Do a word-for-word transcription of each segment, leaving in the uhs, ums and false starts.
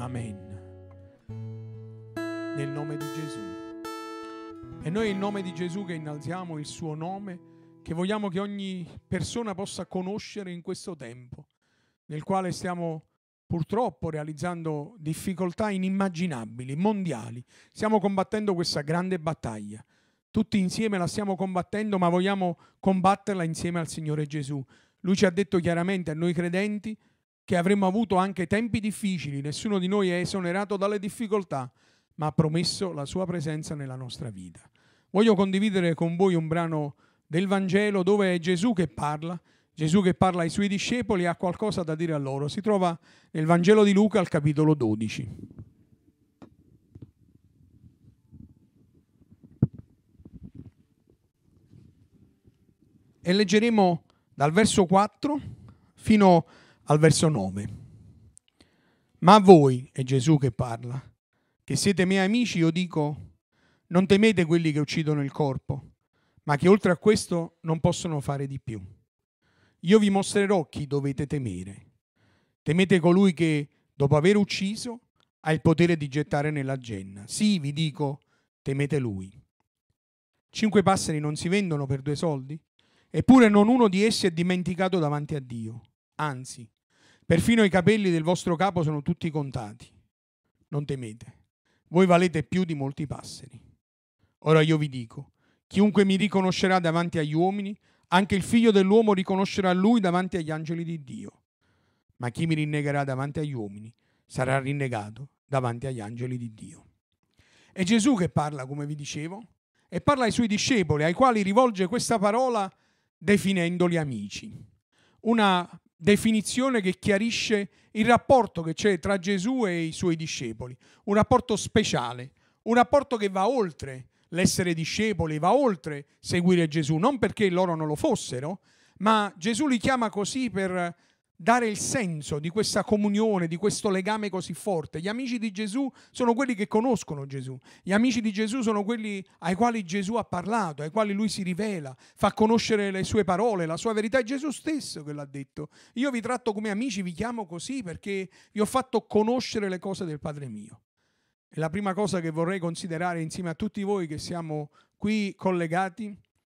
Amen. Nel nome di Gesù. E noi in nome di Gesù che innalziamo il suo nome, che vogliamo che ogni persona possa conoscere in questo tempo, nel quale stiamo purtroppo realizzando difficoltà inimmaginabili, mondiali. Stiamo combattendo questa grande battaglia. Tutti insieme la stiamo combattendo, ma vogliamo combatterla insieme al Signore Gesù. Lui ci ha detto chiaramente a noi credenti che avremmo avuto anche tempi difficili, nessuno di noi è esonerato dalle difficoltà, ma ha promesso la sua presenza nella nostra vita. Voglio condividere con voi un brano del Vangelo dove è Gesù che parla, Gesù che parla ai suoi discepoli e ha qualcosa da dire a loro. Si trova nel Vangelo di Luca al capitolo dodici. E leggeremo dal verso quattro fino al verso nove. Ma a voi, è Gesù che parla, che siete miei amici, io dico, non temete quelli che uccidono il corpo, ma che oltre a questo non possono fare di più. Io vi mostrerò chi dovete temere. Temete colui che, dopo aver ucciso, ha il potere di gettare nella genna. Sì, vi dico, temete lui. Cinque passeri non si vendono per due soldi? Eppure non uno di essi è dimenticato davanti a Dio. Anzi, perfino i capelli del vostro capo sono tutti contati. Non temete, voi valete più di molti passeri. Ora io vi dico, chiunque mi riconoscerà davanti agli uomini, anche il figlio dell'uomo riconoscerà lui davanti agli angeli di Dio. Ma chi mi rinnegherà davanti agli uomini sarà rinnegato davanti agli angeli di Dio. È Gesù che parla, come vi dicevo, e parla ai suoi discepoli, ai quali rivolge questa parola definendoli amici. Una definizione che chiarisce il rapporto che c'è tra Gesù e i suoi discepoli, un rapporto speciale, un rapporto che va oltre l'essere discepoli, va oltre seguire Gesù, non perché loro non lo fossero, ma Gesù li chiama così per dare il senso di questa comunione, di questo legame così forte. Gli amici di Gesù sono quelli che conoscono Gesù, gli amici di Gesù sono quelli ai quali Gesù ha parlato, ai quali lui si rivela, fa conoscere le sue parole, la sua verità. È Gesù stesso che l'ha detto. Io vi tratto come amici, vi chiamo così perché vi ho fatto conoscere le cose del Padre mio. E la prima cosa che vorrei considerare insieme a tutti voi che siamo qui collegati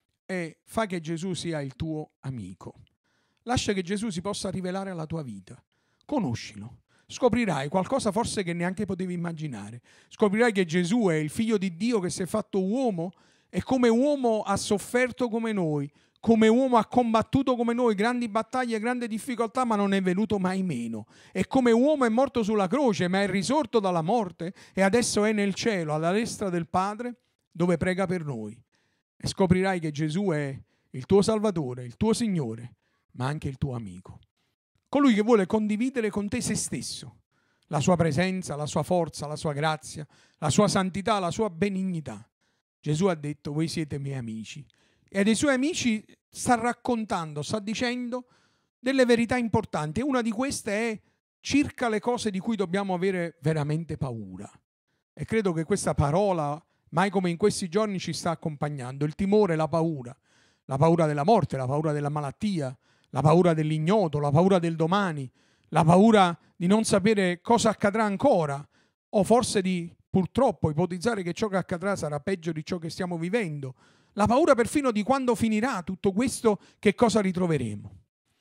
è: fa che Gesù sia il tuo amico. Lascia che Gesù si possa rivelare alla tua vita. Conoscilo. Scoprirai qualcosa forse che neanche potevi immaginare. Scoprirai che Gesù è il figlio di Dio che si è fatto uomo e come uomo ha sofferto come noi, come uomo ha combattuto come noi grandi battaglie, grandi difficoltà, ma non è venuto mai meno. E come uomo è morto sulla croce, ma è risorto dalla morte e adesso è nel cielo, alla destra del Padre, dove prega per noi. E scoprirai che Gesù è il tuo Salvatore, il tuo Signore, ma anche il tuo amico. Colui che vuole condividere con te se stesso, la sua presenza, la sua forza, la sua grazia, la sua santità, la sua benignità. Gesù ha detto: voi siete miei amici. E dei suoi amici sta raccontando, sta dicendo delle verità importanti. E una di queste è circa le cose di cui dobbiamo avere veramente paura. E credo che questa parola, mai come in questi giorni, ci sta accompagnando. Il timore, la paura. La paura della morte, la paura della malattia, la paura dell'ignoto, la paura del domani, la paura di non sapere cosa accadrà ancora, o forse di, purtroppo, ipotizzare che ciò che accadrà sarà peggio di ciò che stiamo vivendo. La paura perfino di quando finirà tutto questo, che cosa ritroveremo.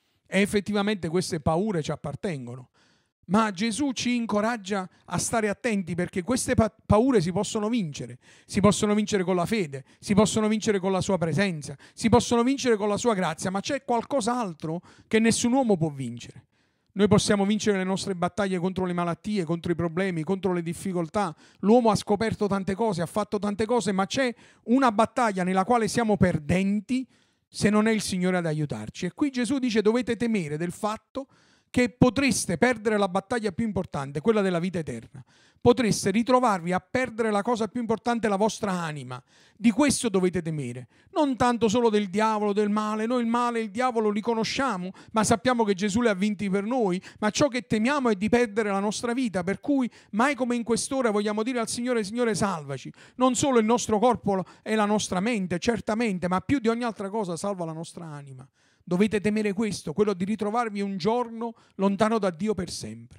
E effettivamente queste paure ci appartengono. Ma Gesù ci incoraggia a stare attenti perché queste pa- paure si possono vincere. Si possono vincere con la fede, si possono vincere con la sua presenza, si possono vincere con la sua grazia, ma c'è qualcos'altro che nessun uomo può vincere. Noi possiamo vincere le nostre battaglie contro le malattie, contro i problemi, contro le difficoltà. L'uomo ha scoperto tante cose, ha fatto tante cose, ma c'è una battaglia nella quale siamo perdenti se non è il Signore ad aiutarci. E qui Gesù dice: dovete temere del fatto che potreste perdere la battaglia più importante, quella della vita eterna. Potreste ritrovarvi a perdere la cosa più importante, la vostra anima. Di questo dovete temere. Non tanto solo del diavolo, del male. Noi il male e il diavolo li conosciamo, ma sappiamo che Gesù li ha vinti per noi. Ma ciò che temiamo è di perdere la nostra vita, per cui mai come in quest'ora vogliamo dire al Signore: Signore, salvaci. Non solo il nostro corpo e la nostra mente, certamente, ma più di ogni altra cosa salva la nostra anima. Dovete temere questo, quello di ritrovarvi un giorno lontano da Dio per sempre.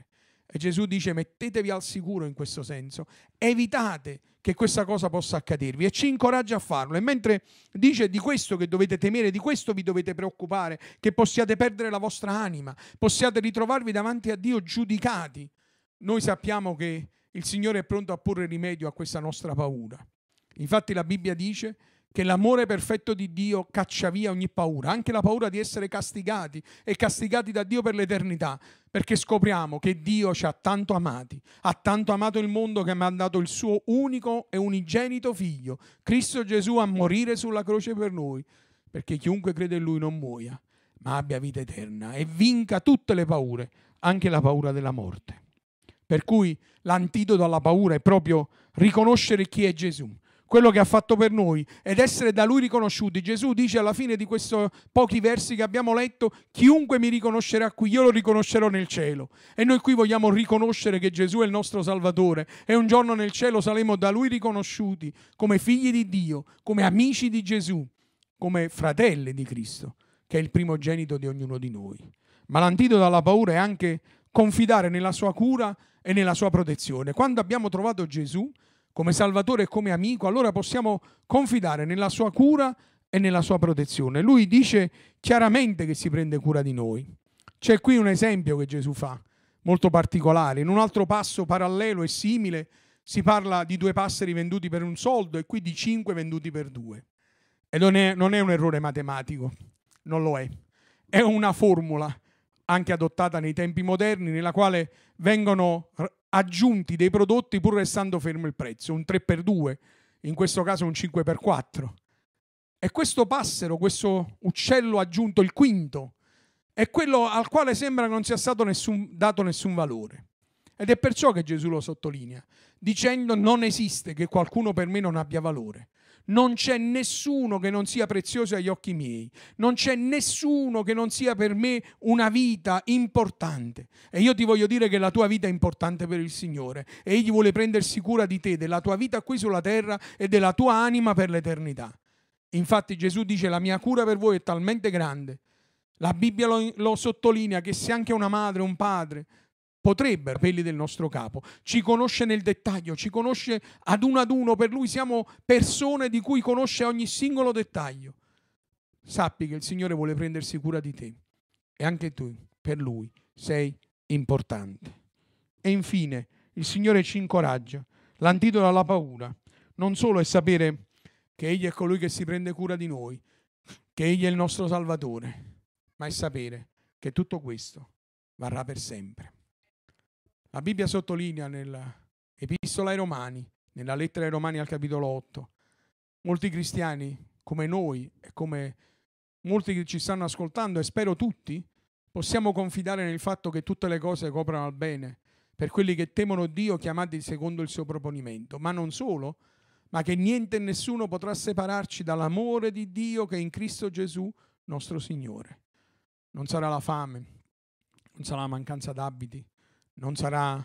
E Gesù dice: mettetevi al sicuro in questo senso, evitate che questa cosa possa accadervi, e ci incoraggia a farlo. E mentre dice di questo che dovete temere, di questo vi dovete preoccupare, che possiate perdere la vostra anima, possiate ritrovarvi davanti a Dio giudicati, noi sappiamo che il Signore è pronto a porre rimedio a questa nostra paura. Infatti la Bibbia dice che l'amore perfetto di Dio caccia via ogni paura, anche la paura di essere castigati e castigati da Dio per l'eternità, perché scopriamo che Dio ci ha tanto amati, ha tanto amato il mondo che ha mandato il suo unico e unigenito figlio, Cristo Gesù, a morire sulla croce per noi, perché chiunque crede in Lui non muoia, ma abbia vita eterna e vinca tutte le paure, anche la paura della morte. Per cui l'antidoto alla paura è proprio riconoscere chi è Gesù, quello che ha fatto per noi, ed essere da Lui riconosciuti. Gesù dice alla fine di questi pochi versi che abbiamo letto: chiunque mi riconoscerà qui, io lo riconoscerò nel cielo. E noi qui vogliamo riconoscere che Gesù è il nostro Salvatore, e un giorno nel cielo saremo da Lui riconosciuti come figli di Dio, come amici di Gesù, come fratelli di Cristo, che è il primogenito di ognuno di noi. Ma l'antidoto alla paura è anche confidare nella sua cura e nella sua protezione. Quando abbiamo trovato Gesù come Salvatore e come amico, allora possiamo confidare nella sua cura e nella sua protezione. Lui dice chiaramente che si prende cura di noi. C'è qui un esempio che Gesù fa, molto particolare. In un altro passo parallelo e simile si parla di due passeri venduti per un soldo, e qui di cinque venduti per due. E non è, non è un errore matematico, non lo è. È una formula anche adottata nei tempi moderni, nella quale vengono aggiunti dei prodotti pur restando fermo il prezzo, un tre per due, in questo caso un cinque per quattro. E questo passero, questo uccello aggiunto, il quinto, è quello al quale sembra non sia stato nessun, dato nessun valore. Ed è perciò che Gesù lo sottolinea, dicendo: non esiste che qualcuno per me non abbia valore. Non c'è nessuno che non sia prezioso agli occhi miei, non c'è nessuno che non sia per me una vita importante. E io ti voglio dire che la tua vita è importante per il Signore, e Egli vuole prendersi cura di te, della tua vita qui sulla terra e della tua anima per l'eternità. Infatti Gesù dice: la mia cura per voi è talmente grande. La Bibbia lo, lo sottolinea, che se anche una madre, un padre potrebbero, quelli del nostro capo, ci conosce nel dettaglio, ci conosce ad uno ad uno, per Lui siamo persone di cui conosce ogni singolo dettaglio. Sappi che il Signore vuole prendersi cura di te, e anche tu per Lui sei importante. E infine il Signore ci incoraggia. L'antidoto alla paura non solo è sapere che Egli è colui che si prende cura di noi, che Egli è il nostro Salvatore, ma è sapere che tutto questo varrà per sempre. La Bibbia sottolinea nell'Epistola ai Romani, nella lettera ai Romani al capitolo otto, molti cristiani come noi e come molti che ci stanno ascoltando, e spero tutti, possiamo confidare nel fatto che tutte le cose coprono al bene per quelli che temono Dio, chiamati secondo il suo proponimento. Ma non solo, ma che niente e nessuno potrà separarci dall'amore di Dio che è in Cristo Gesù nostro Signore. Non sarà la fame, non sarà la mancanza d'abiti, non sarà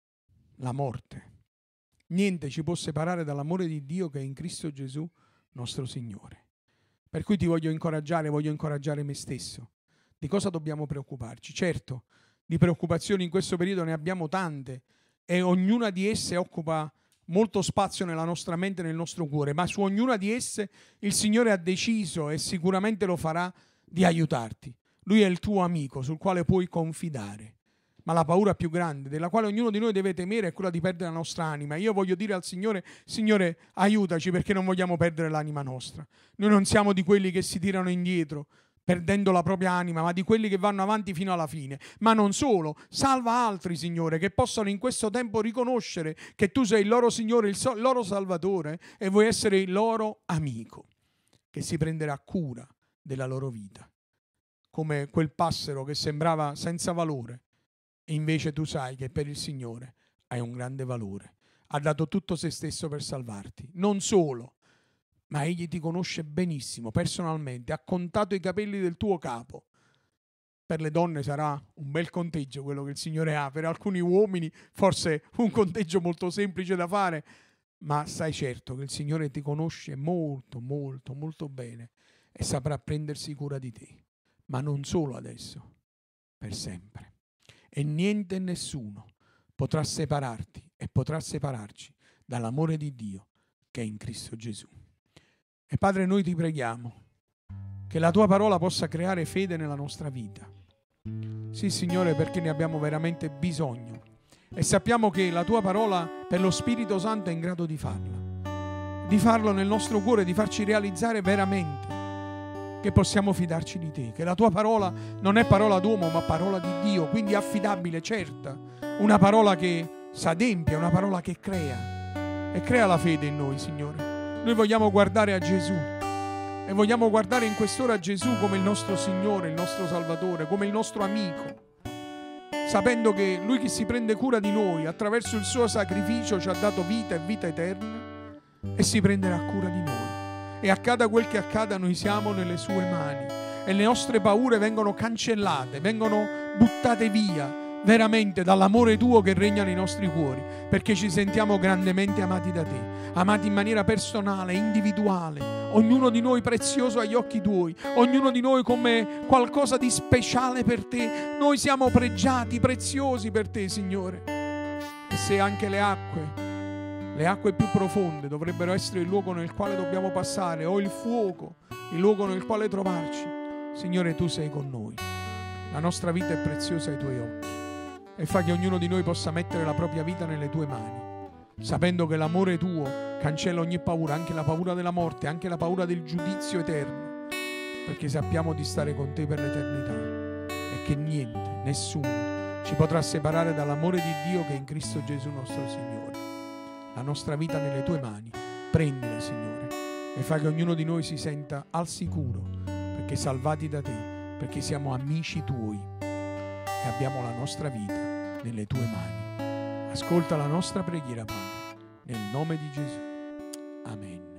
la morte. Niente ci può separare dall'amore di Dio che è in Cristo Gesù nostro Signore. Per cui ti voglio incoraggiare, voglio incoraggiare me stesso. Di cosa dobbiamo preoccuparci? Certo, di preoccupazioni in questo periodo ne abbiamo tante, e ognuna di esse occupa molto spazio nella nostra mente e nel nostro cuore, ma su ognuna di esse il Signore ha deciso, e sicuramente lo farà, di aiutarti. Lui è il tuo amico sul quale puoi confidare. Ma la paura più grande, della quale ognuno di noi deve temere, è quella di perdere la nostra anima. Io voglio dire al Signore: Signore, aiutaci, perché non vogliamo perdere l'anima nostra. Noi non siamo di quelli che si tirano indietro perdendo la propria anima, ma di quelli che vanno avanti fino alla fine. Ma non solo, salva altri, Signore, che possano in questo tempo riconoscere che Tu sei il loro Signore, il, so- il loro Salvatore, e vuoi essere il loro amico, che si prenderà cura della loro vita. Come quel passero che sembrava senza valore, e invece Tu sai che per il Signore hai un grande valore. Ha dato tutto se stesso per salvarti. Non solo, ma Egli ti conosce benissimo, personalmente, ha contato i capelli del tuo capo. Per le donne sarà un bel conteggio quello che il Signore ha, per alcuni uomini forse un conteggio molto semplice da fare, ma stai certo che il Signore ti conosce molto, molto, molto bene, e saprà prendersi cura di te. Ma non solo adesso, per sempre. E niente e nessuno potrà separarti e potrà separarci dall'amore di Dio che è in Cristo Gesù. E Padre, noi ti preghiamo che la tua parola possa creare fede nella nostra vita. Sì, Signore, perché ne abbiamo veramente bisogno e sappiamo che la tua parola per lo Spirito Santo è in grado di farla, di farlo nel nostro cuore, di farci realizzare veramente che possiamo fidarci di te, che la tua parola non è parola d'uomo ma parola di Dio, quindi affidabile, certa, una parola che s'adempie, una parola che crea e crea la fede in noi, Signore. Noi vogliamo guardare a Gesù e vogliamo guardare in quest'ora Gesù come il nostro Signore, il nostro Salvatore, come il nostro amico, sapendo che Lui che si prende cura di noi attraverso il suo sacrificio ci ha dato vita e vita eterna e si prenderà cura di noi. E accada quel che accada, noi siamo nelle sue mani e le nostre paure vengono cancellate, vengono buttate via veramente dall'amore tuo che regna nei nostri cuori, perché ci sentiamo grandemente amati da te, amati in maniera personale, individuale, ognuno di noi prezioso agli occhi tuoi, ognuno di noi come qualcosa di speciale per te. Noi siamo pregiati, preziosi per te, Signore. E se anche le acque Le acque più profonde dovrebbero essere il luogo nel quale dobbiamo passare, o il fuoco, il luogo nel quale trovarci, Signore, tu sei con noi. La nostra vita è preziosa ai tuoi occhi e fa che ognuno di noi possa mettere la propria vita nelle tue mani, sapendo che l'amore tuo cancella ogni paura, anche la paura della morte, anche la paura del giudizio eterno, perché sappiamo di stare con te per l'eternità e che niente, nessuno ci potrà separare dall'amore di Dio che è in Cristo Gesù nostro Signore. La nostra vita nelle tue mani, prendila, Signore, e fa che ognuno di noi si senta al sicuro, perché salvati da te, perché siamo amici tuoi e abbiamo la nostra vita nelle tue mani. Ascolta la nostra preghiera, Padre, nel nome di Gesù. Amen.